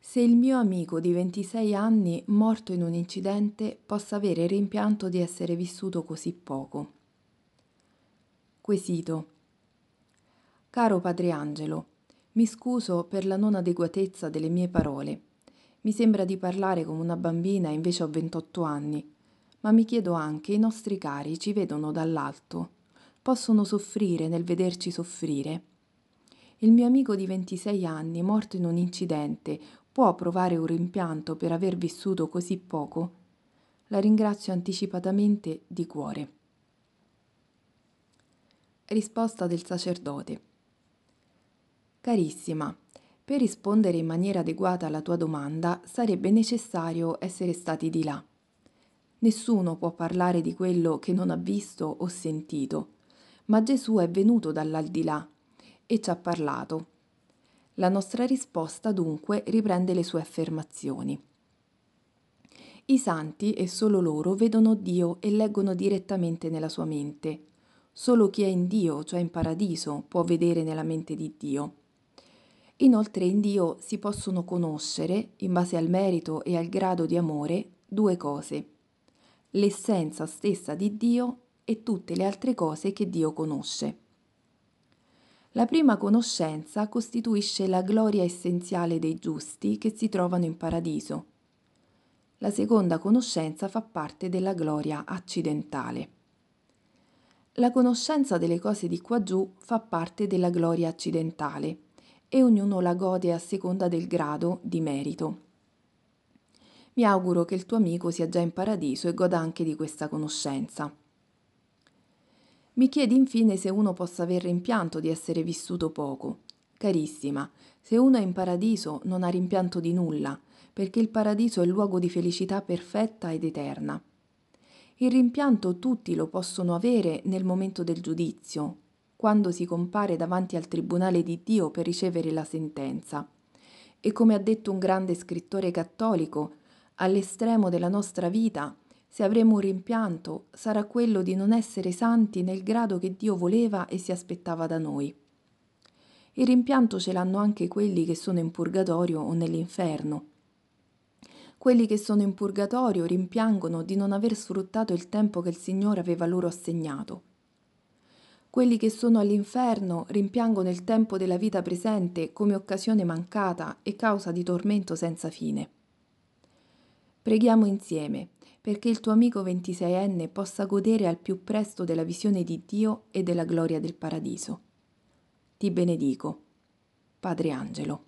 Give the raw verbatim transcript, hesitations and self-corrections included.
Se il mio amico di ventisei anni, morto in un incidente, possa avere il rimpianto di essere vissuto così poco. Quesito. Caro Padre Angelo, mi scuso per la non adeguatezza delle mie parole. Mi sembra di parlare come una bambina, invece ho ventotto anni. Ma mi chiedo anche, i nostri cari ci vedono dall'alto. Possono soffrire nel vederci soffrire? Il mio amico di ventisei anni, morto in un incidente, può provare un rimpianto per aver vissuto così poco? La ringrazio anticipatamente di cuore. Risposta del sacerdote. Carissima, per rispondere in maniera adeguata alla tua domanda sarebbe necessario essere stati di là. Nessuno può parlare di quello che non ha visto o sentito, ma Gesù è venuto dall'aldilà e ci ha parlato. La nostra risposta dunque riprende le sue affermazioni. I santi, e solo loro, vedono Dio e leggono direttamente nella sua mente. Solo chi è in Dio, cioè in paradiso, può vedere nella mente di Dio. Inoltre in Dio si possono conoscere, in base al merito e al grado di amore, due cose: l'essenza stessa di Dio e tutte le altre cose che Dio conosce. La prima conoscenza costituisce la gloria essenziale dei giusti che si trovano in paradiso. La seconda conoscenza fa parte della gloria accidentale. La conoscenza delle cose di qua giù fa parte della gloria accidentale e ognuno la gode a seconda del grado di merito. Mi auguro che il tuo amico sia già in paradiso e goda anche di questa conoscenza. Mi chiedi infine se uno possa aver rimpianto di essere vissuto poco. Carissima, se uno è in paradiso non ha rimpianto di nulla, perché il paradiso è il luogo di felicità perfetta ed eterna. Il rimpianto tutti lo possono avere nel momento del giudizio, quando si compare davanti al tribunale di Dio per ricevere la sentenza. E come ha detto un grande scrittore cattolico, all'estremo della nostra vita, se avremo un rimpianto, sarà quello di non essere santi nel grado che Dio voleva e si aspettava da noi. Il rimpianto ce l'hanno anche quelli che sono in purgatorio o nell'inferno. Quelli che sono in purgatorio rimpiangono di non aver sfruttato il tempo che il Signore aveva loro assegnato. Quelli che sono all'inferno rimpiangono il tempo della vita presente come occasione mancata e causa di tormento senza fine. Preghiamo insieme perché il tuo amico ventiseienne possa godere al più presto della visione di Dio e della gloria del paradiso. Ti benedico, Padre Angelo.